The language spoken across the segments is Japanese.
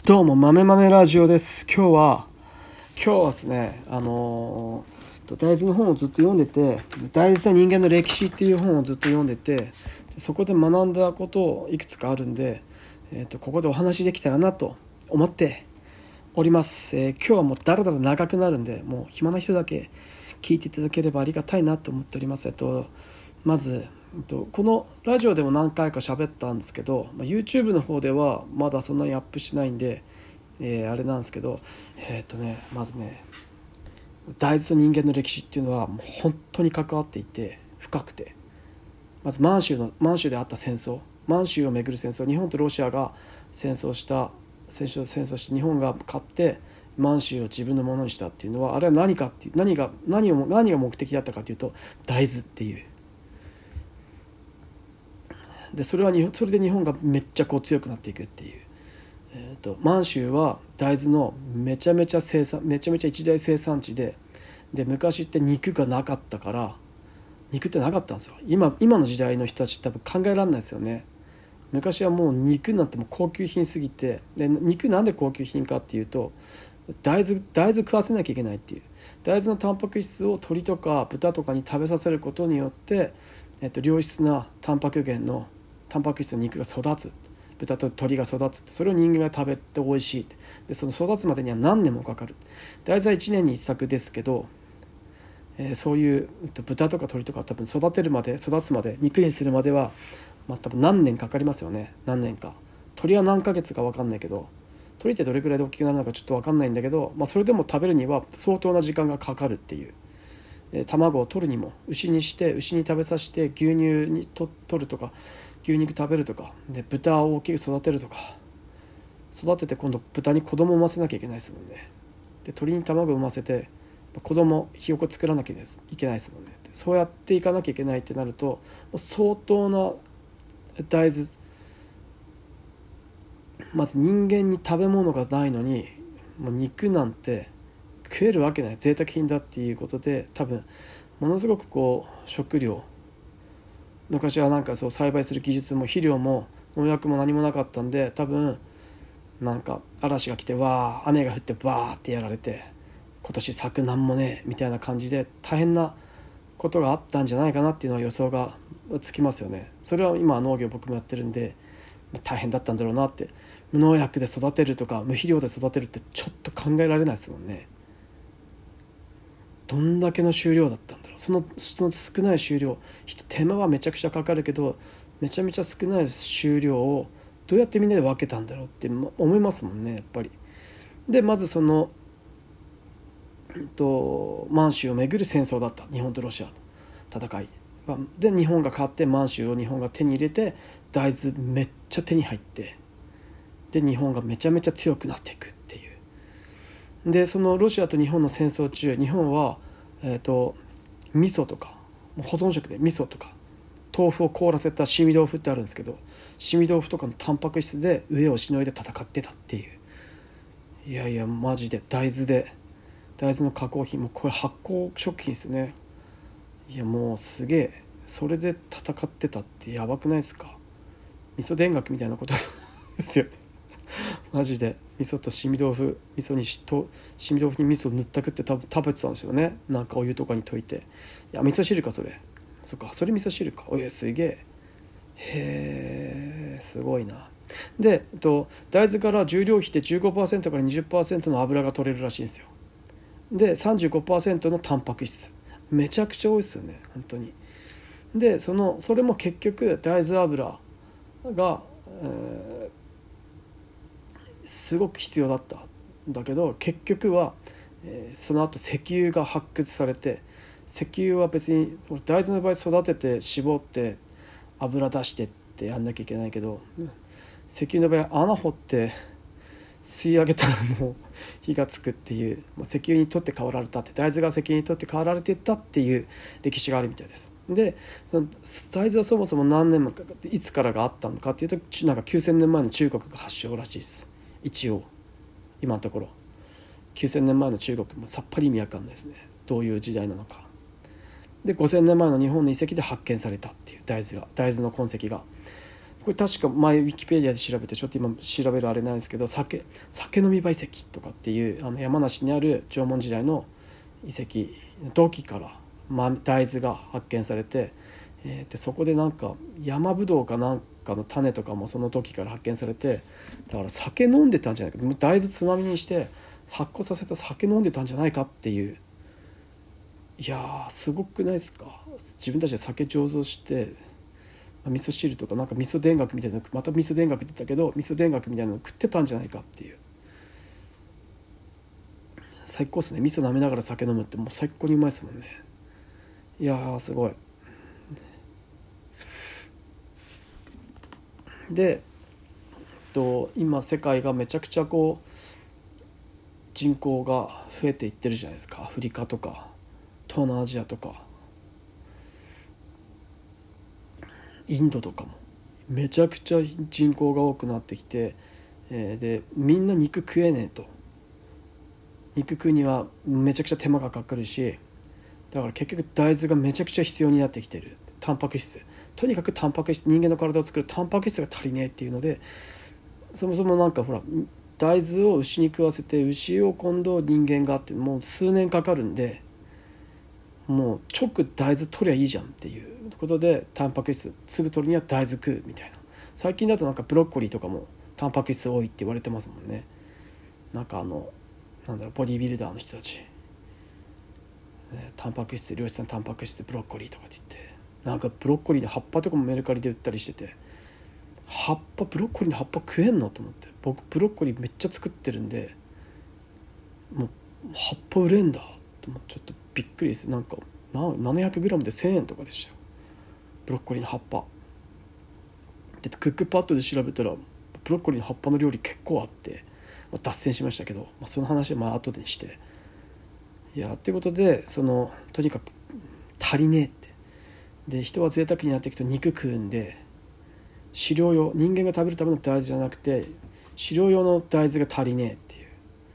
どうも豆豆ラジオです。今日はですね、大豆の本をずっと読んでて、大豆と人間の歴史っていう本をずっと読んでて、そこで学んだことをいくつかあるんで、ここでお話できたらなと思っております。今日はもうだらだら長くなるんで、もう暇な人だけ聞いていただければありがたいなと思っております。まずこのラジオでも何回か喋ったんですけど、YouTube の方ではまだそんなにアップしないんで、あれなんですけど、まずね、大豆と人間の歴史っていうのはもう本当に関わっていて深くて、まず満州であった戦争、満州をめぐる戦争、日本とロシアが戦争して日本が勝って満州を自分のものにしたっていうのは、あれは何かっていう、何が目的だったかというと大豆っていう。でそれで日本がめっちゃ強くなっていくっていう、満州は大豆のめちゃめちゃ一大生産地で、昔って肉がなかったから、肉ってなかったんですよ。今の時代の人たち多分考えられないですよね。昔はもう肉なんてもう高級品すぎて、で肉なんで高級品かっていうと、大豆食わせなきゃいけないっていう、大豆のタンパク質を鶏とか豚とかに食べさせることによって、良質なタンパク質の肉が育つ、豚と鶏が育つって、それを人間が食べて美味しいって。でその育つまでには何年もかかる。大豆は1年に1作ですけど、そういう豚とか鶏とか多分育つまで肉にするまでは、多分何年かかりますよね。何年か。鶏は何ヶ月か分かんないけど、鶏ってどれくらいで大きくなるのかちょっと分かんないんだけど、それでも食べるには相当な時間がかかるっていう。卵を取るにも牛に食べさせて牛乳に取るとか、牛肉食べるとかで、豚を大きく育てるとか、育てて今度豚に子供を産ませなきゃいけないですもんね。で鶏に卵を産ませてひよこ作らなきゃいけないですもんね。そうやっていかなきゃいけないってなると、相当な大豆、まず人間に食べ物がないのに肉なんて食えるわけない、贅沢品だっていうことで、多分ものすごく食料、昔は栽培する技術も肥料も農薬も何もなかったんで、多分嵐が来て雨が降ってバーってやられて、今年作なんもねえみたいな感じで大変なことがあったんじゃないかなっていうのは予想がつきますよね。それは今農業僕もやってるんで大変だったんだろうなって。無農薬で育てるとか無肥料で育てるってちょっと考えられないですもんね。どんだけの収量だったんだろう。その少ない収量、手間はめちゃくちゃかかるけど、めちゃめちゃ少ない収量をどうやってみんなで分けたんだろうって思いますもんね、やっぱり。でまずその満州をめぐる戦争だった、日本とロシアの戦いで、日本が勝って満州を日本が手に入れて、大豆めっちゃ手に入って、で日本がめちゃめちゃ強くなっていくっていう。でそのロシアと日本の戦争中、日本は味噌とか保存食で味噌とか豆腐を凍らせた凍み豆腐ってあるんですけど、凍み豆腐とかのタンパク質で上をしのいで戦ってたっていう。いやいやマジで大豆の加工品、もうこれ発酵食品ですよね。いやもうすげえ、それで戦ってたってやばくないですか。味噌田楽みたいなことですよねマジで。味噌と凍み豆腐、凍み豆腐に味噌塗ったくって食べてたんですよね。お湯とかに溶いて。いや味噌汁かそれ。そっか、それ味噌汁か。すげえ。へえ、すごいな。で、大豆から重量比で 15% から 20% の油が取れるらしいんですよ。で 35% のタンパク質、めちゃくちゃ多いですよね本当に。でそれも結局大豆油が、すごく必要だったんだけど、結局は、その後石油が発掘されて、石油は別に大豆の場合育てて絞って油出してってやんなきゃいけないけど、石油の場合穴掘って吸い上げたらもう火がつくっていう、石油にとって変わられたって、大豆が石油にとって変わられていったっていう歴史があるみたいです。でその大豆はそもそも何年もかかって、いつからがあったのかっていうと、9000年前の中国が発祥らしいです。一応今のところ9000年前の中国もさっぱり意味わかんないですね、どういう時代なのか。で5000年前の日本の遺跡で発見されたっていう大豆の痕跡が。 これ確か前ウィキペディアで調べてちょっと今調べるあれなんですけど、酒飲み場遺跡とかっていう山梨にある縄文時代の遺跡の土器から、大豆が発見されて、でそこでなんか山ぶどうかなんかの種とかもその時から発見されて、だから酒飲んでたんじゃないか、大豆つまみにして発酵させた酒飲んでたんじゃないかっていう。いやーすごくないですか。自分たちで酒醸造して味噌汁とかなんか味噌田楽みたいな、また味噌田楽って言ったけど味噌田楽みたいなの食ってたんじゃないかっていう。最高っすね。味噌舐めながら酒飲むってもう最高にうまいですもんね。いやーすごい。で、今世界がめちゃくちゃこう人口が増えていってるじゃないですか。アフリカとか東南アジアとかインドとかもめちゃくちゃ人口が多くなってきて、でみんな肉食えねえと。肉食うにはめちゃくちゃ手間がかかるし、だから結局大豆がめちゃくちゃ必要になってきてる。タンパク質、とにかくタンパク質、人間の体を作るタンパク質が足りねえっていうので、そもそもなんかほら大豆を牛に食わせて牛を今度人間がってもう数年かかるんで、もう直大豆取りゃいいじゃんっていうことで、タンパク質すぐ取るには大豆食うみたいな。最近だとなんかブロッコリーとかもタンパク質多いって言われてますもんね。なんかなんだろう、ボディービルダーの人たち、タンパク質、良質なタンパク質ブロッコリーとかって言って、なんかブロッコリーの葉っぱとかもメルカリで売ったりしてて、ブロッコリーの葉っぱ食えんのと思って、僕ブロッコリーめっちゃ作ってるんで、もう葉っぱ売れんだと思ってちょっとびっくりです。なんか 700g で1000円とかでしたよ、ブロッコリーの葉っぱで。クックパッドで調べたらブロッコリーの葉っぱの料理結構あって、脱線しましたけど、その話は後でにして、いやっていうことで、とにかく足りねえって。で人は贅沢になっていくと肉食うんで、飼料用、人間が食べるための大豆じゃなくて飼料用の大豆が足りねえっていう。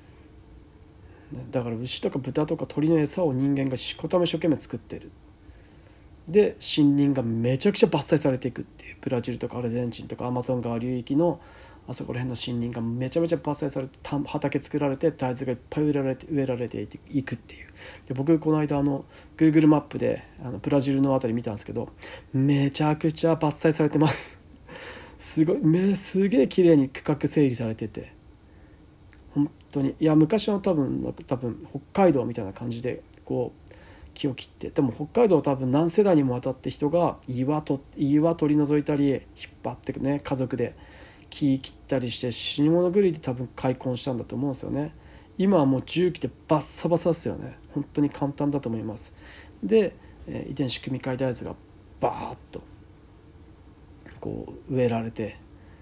だから牛とか豚とか鳥の餌を人間がしこたま一生懸命作ってる。で森林がめちゃくちゃ伐採されていくっていう。ブラジルとかアルゼンチンとかアマゾン川流域のあそこら辺の森林がめちゃめちゃ伐採されて、畑作られて大豆がいっぱい植えられていくっていう。で僕この間Google マップでブラジルのあたり見たんですけど、めちゃくちゃ伐採されてますすごいすげえ綺麗に区画整理されてて、本当に。いや昔の多分北海道みたいな感じでこう木を切って、でも北海道は多分何世代にもわたって人が岩取り除いたり引っ張ってね、家族で木切ったりして死に物狂いで多分開墾したんだと思うんですよね。今はもう重機でバッサバサですよね。本当に簡単だと思います。で遺伝子組み換え大豆がバーッとこう植えられて、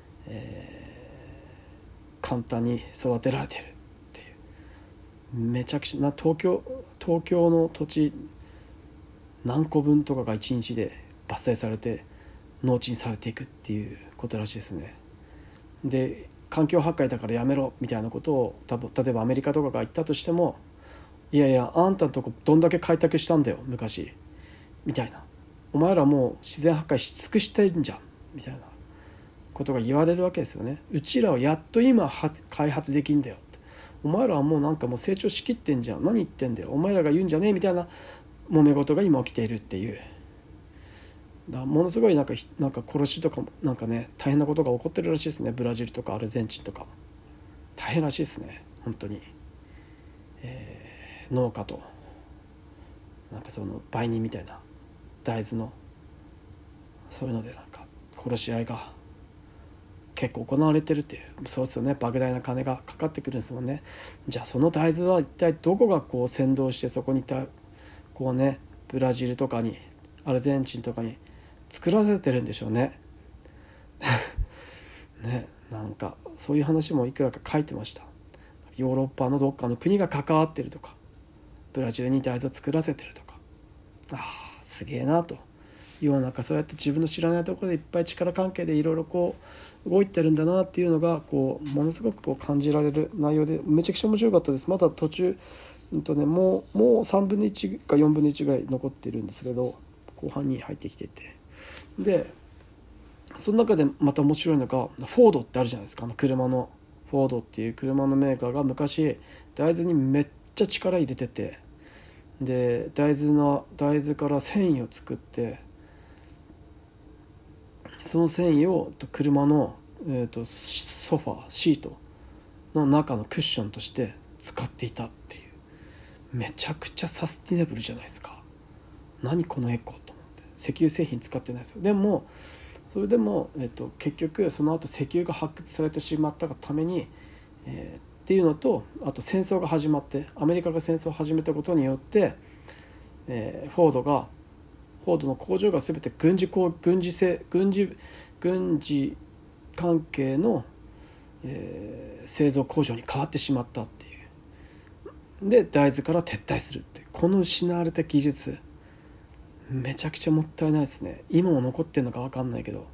簡単に育てられてるっていう。めちゃくちゃ東京の土地何個分とかが1日で伐採されて農地にされていくっていうことらしいですね。で環境破壊だからやめろみたいなことを例えばアメリカとかが言ったとしても、いやいやあんたのとこどんだけ開拓したんだよ昔みたいな、お前らもう自然破壊し尽くしてんじゃんみたいなことが言われるわけですよね。うちらはやっと今開発できんだよって、お前らはもうなんかもう成長しきってんじゃん、何言ってんだよお前らが言うんじゃねえみたいな揉め事が今起きているっていう。だものすごいなんか殺しとかもなんかね大変なことが起こってるらしいですね。ブラジルとかアルゼンチンとか大変らしいですね本当に。農家となんかその売人みたいな大豆のそういうのでなんか殺し合いが結構行われてるっていう。そうですよね、莫大な金がかかってくるんですもんね。じゃあその大豆は一体どこがこう先導してそこにこうねブラジルとかにアルゼンチンとかに作らせてるんでしょうねね、なんかそういう話もいくらか書いてました。ヨーロッパのどっかの国が関わってるとか、ブラジルに大豆を作らせてるとか、すげえなというなんかそうやって自分の知らないところでいっぱい力関係でいろいろこう動いてるんだなっていうのがこうものすごくこう感じられる内容でめちゃくちゃ面白かったです。まだ途中もう3分の1か4分の1ぐらい残ってるんですけど、後半に入ってきてて、でその中でまた面白いのがフォードってあるじゃないですか。車のフォードっていう車のメーカーが昔大豆にめっちゃ力入れてて、で大豆から繊維を作って、その繊維を車の、ソファーシートの中のクッションとして使っていたっていう、めちゃくちゃサスティナブルじゃないですか。何このエコと思って。石油製品使ってないですよ。でもそれでも、結局その後石油が発掘されてしまったがために、っていうのと、あと戦争が始まって、アメリカが戦争を始めたことによって、フォードの工場が全て軍事関係の、製造工場に変わってしまったっていう。で大豆から撤退するって、この失われた技術、めちゃくちゃもったいないですね。今も残ってるのか分かんないけど、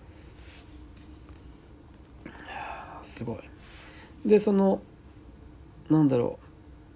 すごい。でなんだろ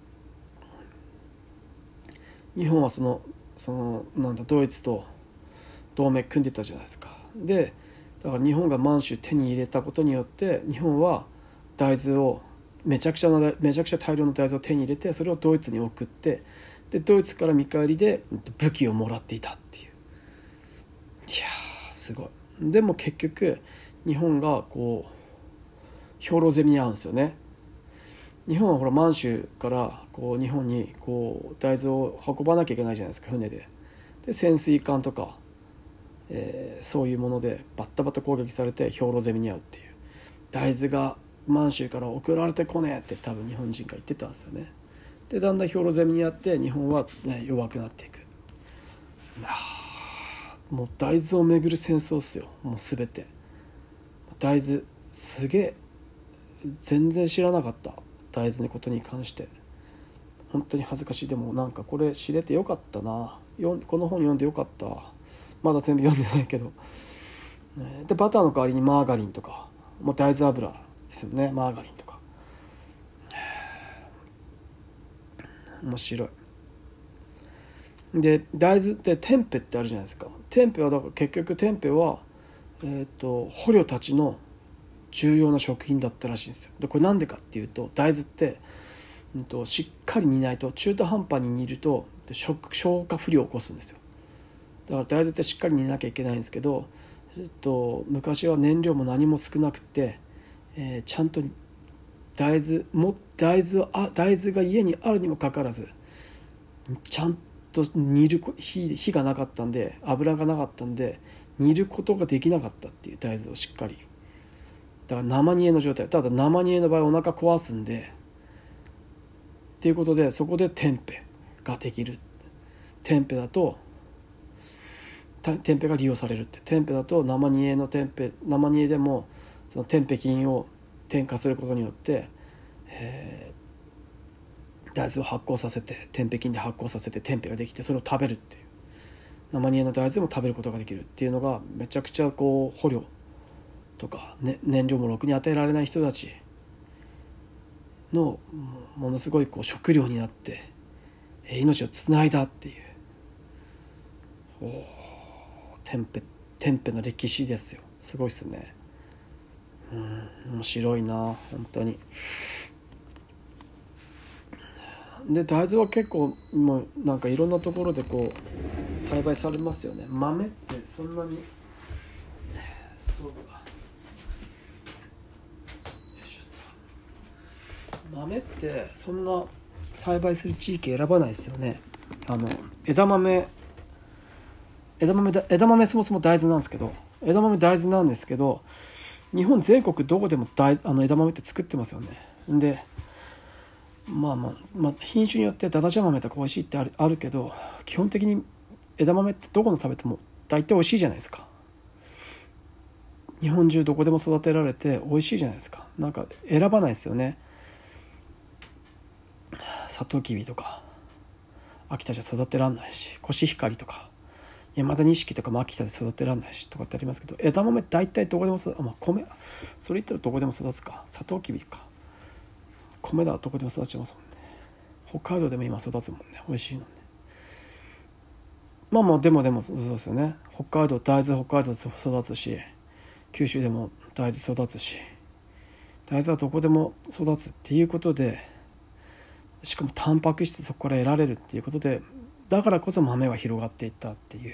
う、日本はドイツと同盟組んでたじゃないですか。でだから日本が満州手に入れたことによって、日本は大豆をめちゃくちゃ大量の大豆を手に入れて、それをドイツに送って、でドイツから見返りで武器をもらっていたっていう。いやーすごい。でも結局日本がこう兵糧攻めに遭うんですよね。日本はほら満州からこう日本にこう大豆を運ばなきゃいけないじゃないですか、船で。で潜水艦とか、そういうものでバッタバタ攻撃されて兵糧攻めに遭うっていう。大豆が満州から送られてこねえって多分日本人が言ってたんですよね。でだんだん兵糧攻めに遭って日本は、弱くなっていく。もう大豆をめぐる戦争っすよ。もう全て大豆、すげえ全然知らなかった、大豆のことに関して。本当に恥ずかしい。でもなんかこれ知れてよかったな。この本読んでよかった。まだ全部読んでないけど。でバターの代わりにマーガリンとか、もう大豆油ですよね、マーガリンとか。面白い。で大豆ってテンペってあるじゃないですか。テンペはだから結局テンペは、捕虜たちの重要な食品だったらしいんですよ。でこれなんでかっていうと、大豆って、しっかり煮ないと、中途半端に煮ると消化不良を起こすんですよ。だから大豆ってしっかり煮なきゃいけないんですけど、昔は燃料も何も少なくて、ちゃんと大豆が家にあるにもかかわらず、ちゃんと煮る火がなかったんで、油がなかったんで煮ることができなかったっていう。大豆をしっかり、だから生煮えの状態。ただ生煮えの場合お腹壊すんでっていうことで、そこでテンペができる。テンペが利用されるって。テンペだと生煮えでもそのテンペ菌を添加することによって、大豆を発酵させて、テンペ菌で発酵させてテンペができて、それを食べるっていう。生煮えの大豆でも食べることができるっていうのが、めちゃくちゃこう捕虜とか、燃料もろくに与えられない人たちのものすごいこう食料になって命をつないだっていう。テンペの歴史ですよ。すごいっすね。面白いな本当に。で大豆は結構もうなんかいろんなところでこう栽培されますよね。豆ってそんなにストーブが豆ってそんな栽培する地域選ばないですよね。枝豆そもそも大豆なんですけど、日本全国どこでも枝豆って作ってますよね。でまあ品種によってだだちゃ豆とか美味しいってあるけど、基本的に枝豆ってどこの食べても大体美味しいじゃないですか。日本中どこでも育てられて美味しいじゃないですか。なんか選ばないですよね。サトウキビとか秋田じゃ育てらんないし、コシヒカリとか山田錦とかも秋田で育てらんないしとかってありますけど、枝豆大体どこでも米、それ言ったらどこでも育つか。サトウキビか米だどこでも育ちますもんね。北海道でも今育つもんね、美味しいのね。でもそうですよね。大豆北海道で育つし、 九州でも大豆育つし、大豆はどこでも育つっていうことで、しかもタンパク質そこから得られるっていうことで、だからこそ豆は広がっていったっていう、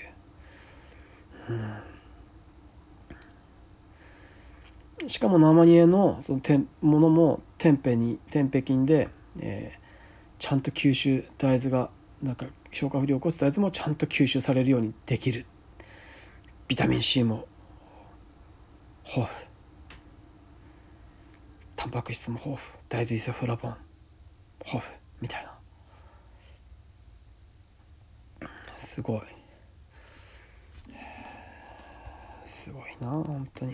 しかも生煮えのそのものも天平菌で、ちゃんと吸収、大豆がなんか消化不良を起こす大豆もちゃんと吸収されるようにできる。ビタミン C も豊富、タンパク質も豊富、大豆イソフラボン豊富みたいな、すごいな本当に。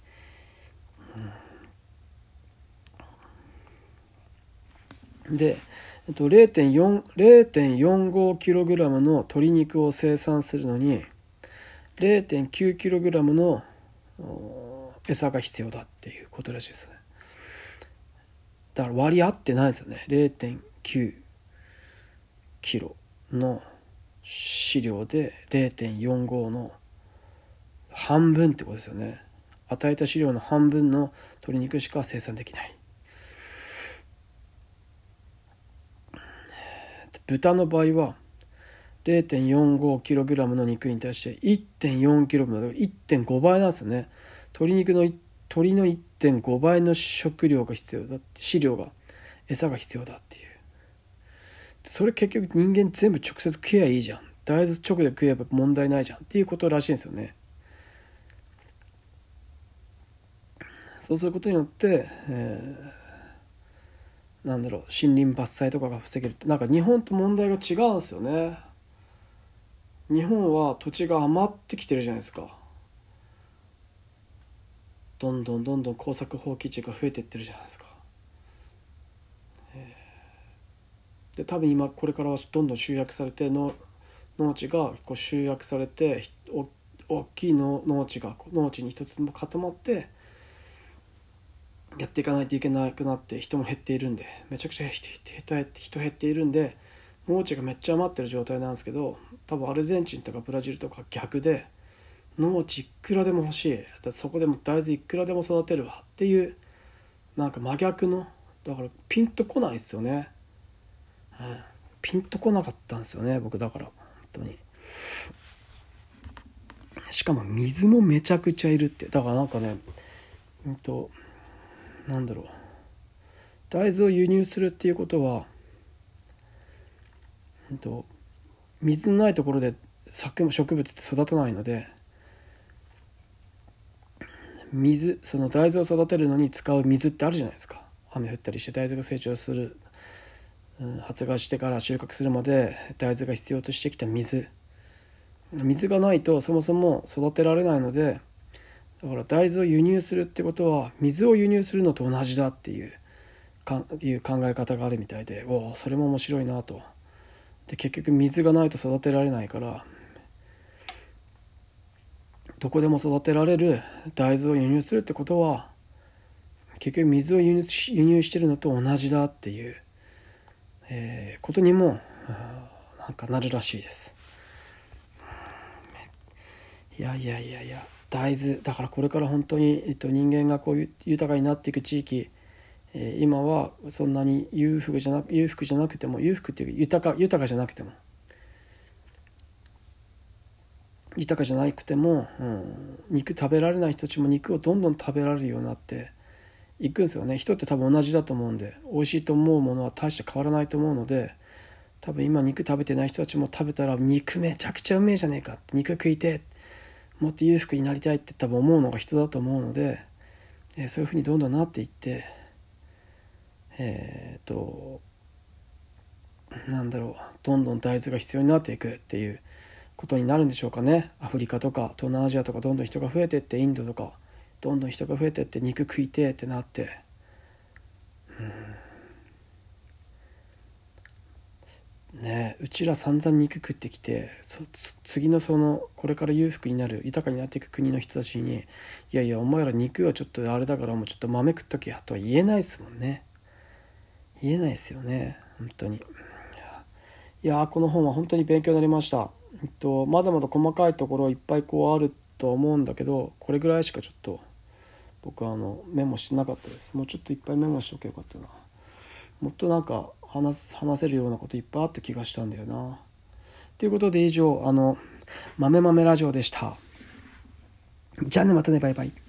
で、0.45kg の鶏肉を生産するのに 0.9kg の餌が必要だっていうことらしいですね。だから割り合ってないですよね。 0.9kg の飼料で 0.45 の半分ってことですよね。与えた飼料の半分の鶏肉しか生産できない。豚の場合は 0.45kg の肉に対して 1.4kg の 1.5 倍なんですよね。鶏の 1.5 倍の食料が必要だって、飼料が餌が必要だっていう。それ結局人間全部直接食えばいいじゃん、大豆直で食えば問題ないじゃんっていうことらしいんですよね。そうすることによって、森林伐採とかが防げるって、なんか日本と問題が違うんですよね。日本は土地が余ってきてるじゃないですか。どんどん耕作放棄地が増えていってるじゃないですか。で多分今これからはどんどん集約されて農地がこう集約されて、大きい農地に一つも固まってやっていかないといけなくなって、人も減っているんで、めちゃくちゃ人減っているんで、農地がめっちゃ余ってる状態なんですけど、多分アルゼンチンとかブラジルとか逆で、農地いくらでも欲しい、だそこでも大豆いくらでも育てるわっていう、なんか真逆の、だからピンとこないですよね。ピンとこなかったんですよね、僕。だから本当に、しかも水もめちゃくちゃいるって。だからなんかね、大豆を輸入するっていうことは、水のないところで植物って育たないので、その大豆を育てるのに使う水ってあるじゃないですか。雨降ったりして大豆が成長する、発芽してから収穫するまで大豆が必要としてきた水がないとそもそも育てられないので、だから大豆を輸入するってことは水を輸入するのと同じだっていう考え方があるみたいで、それも面白いなと。で結局水がないと育てられないから、どこでも育てられる大豆を輸入するってことは結局水を輸入してるのと同じだっていう、ことにもなんかなるらしいです。いや大豆だから、これから本当に、人間がこういう豊かになっていく地域、今はそんなに裕福じゃなくても、裕福っていうか豊かじゃなくても、肉食べられない人たちも肉をどんどん食べられるようになっていくんですよね。人って多分同じだと思うんで、美味しいと思うものは大して変わらないと思うので、多分今肉食べてない人たちも食べたら肉めちゃくちゃうめえじゃねえか、肉食いてもっと裕福になりたいって多分思うのが人だと思うので、そういうふうにどんどんなっていって、どんどん大豆が必要になっていくっていうことになるんでしょうかね。アフリカとか東南アジアとかどんどん人が増えていって、インドとかどんどん人が増えていって肉食いてってなって、うちら散々肉食ってきて、次のこれから裕福になる豊かになっていく国の人たちに、いやいやお前ら肉はちょっとあれだからもうちょっと豆食っとけやとは言えないですもんね。言えないですよね本当に。いやこの本は本当に勉強になりました。まだまだ細かいところいっぱいあると思うんだけど、これぐらいしかちょっと僕はメモしてなかったです。もうちょっといっぱいメモしておけばよかったな。もっとなんか話せるようなこといっぱいあった気がしたんだよな。ということで以上豆豆ラジオでした。じゃあね、またね、バイバイ。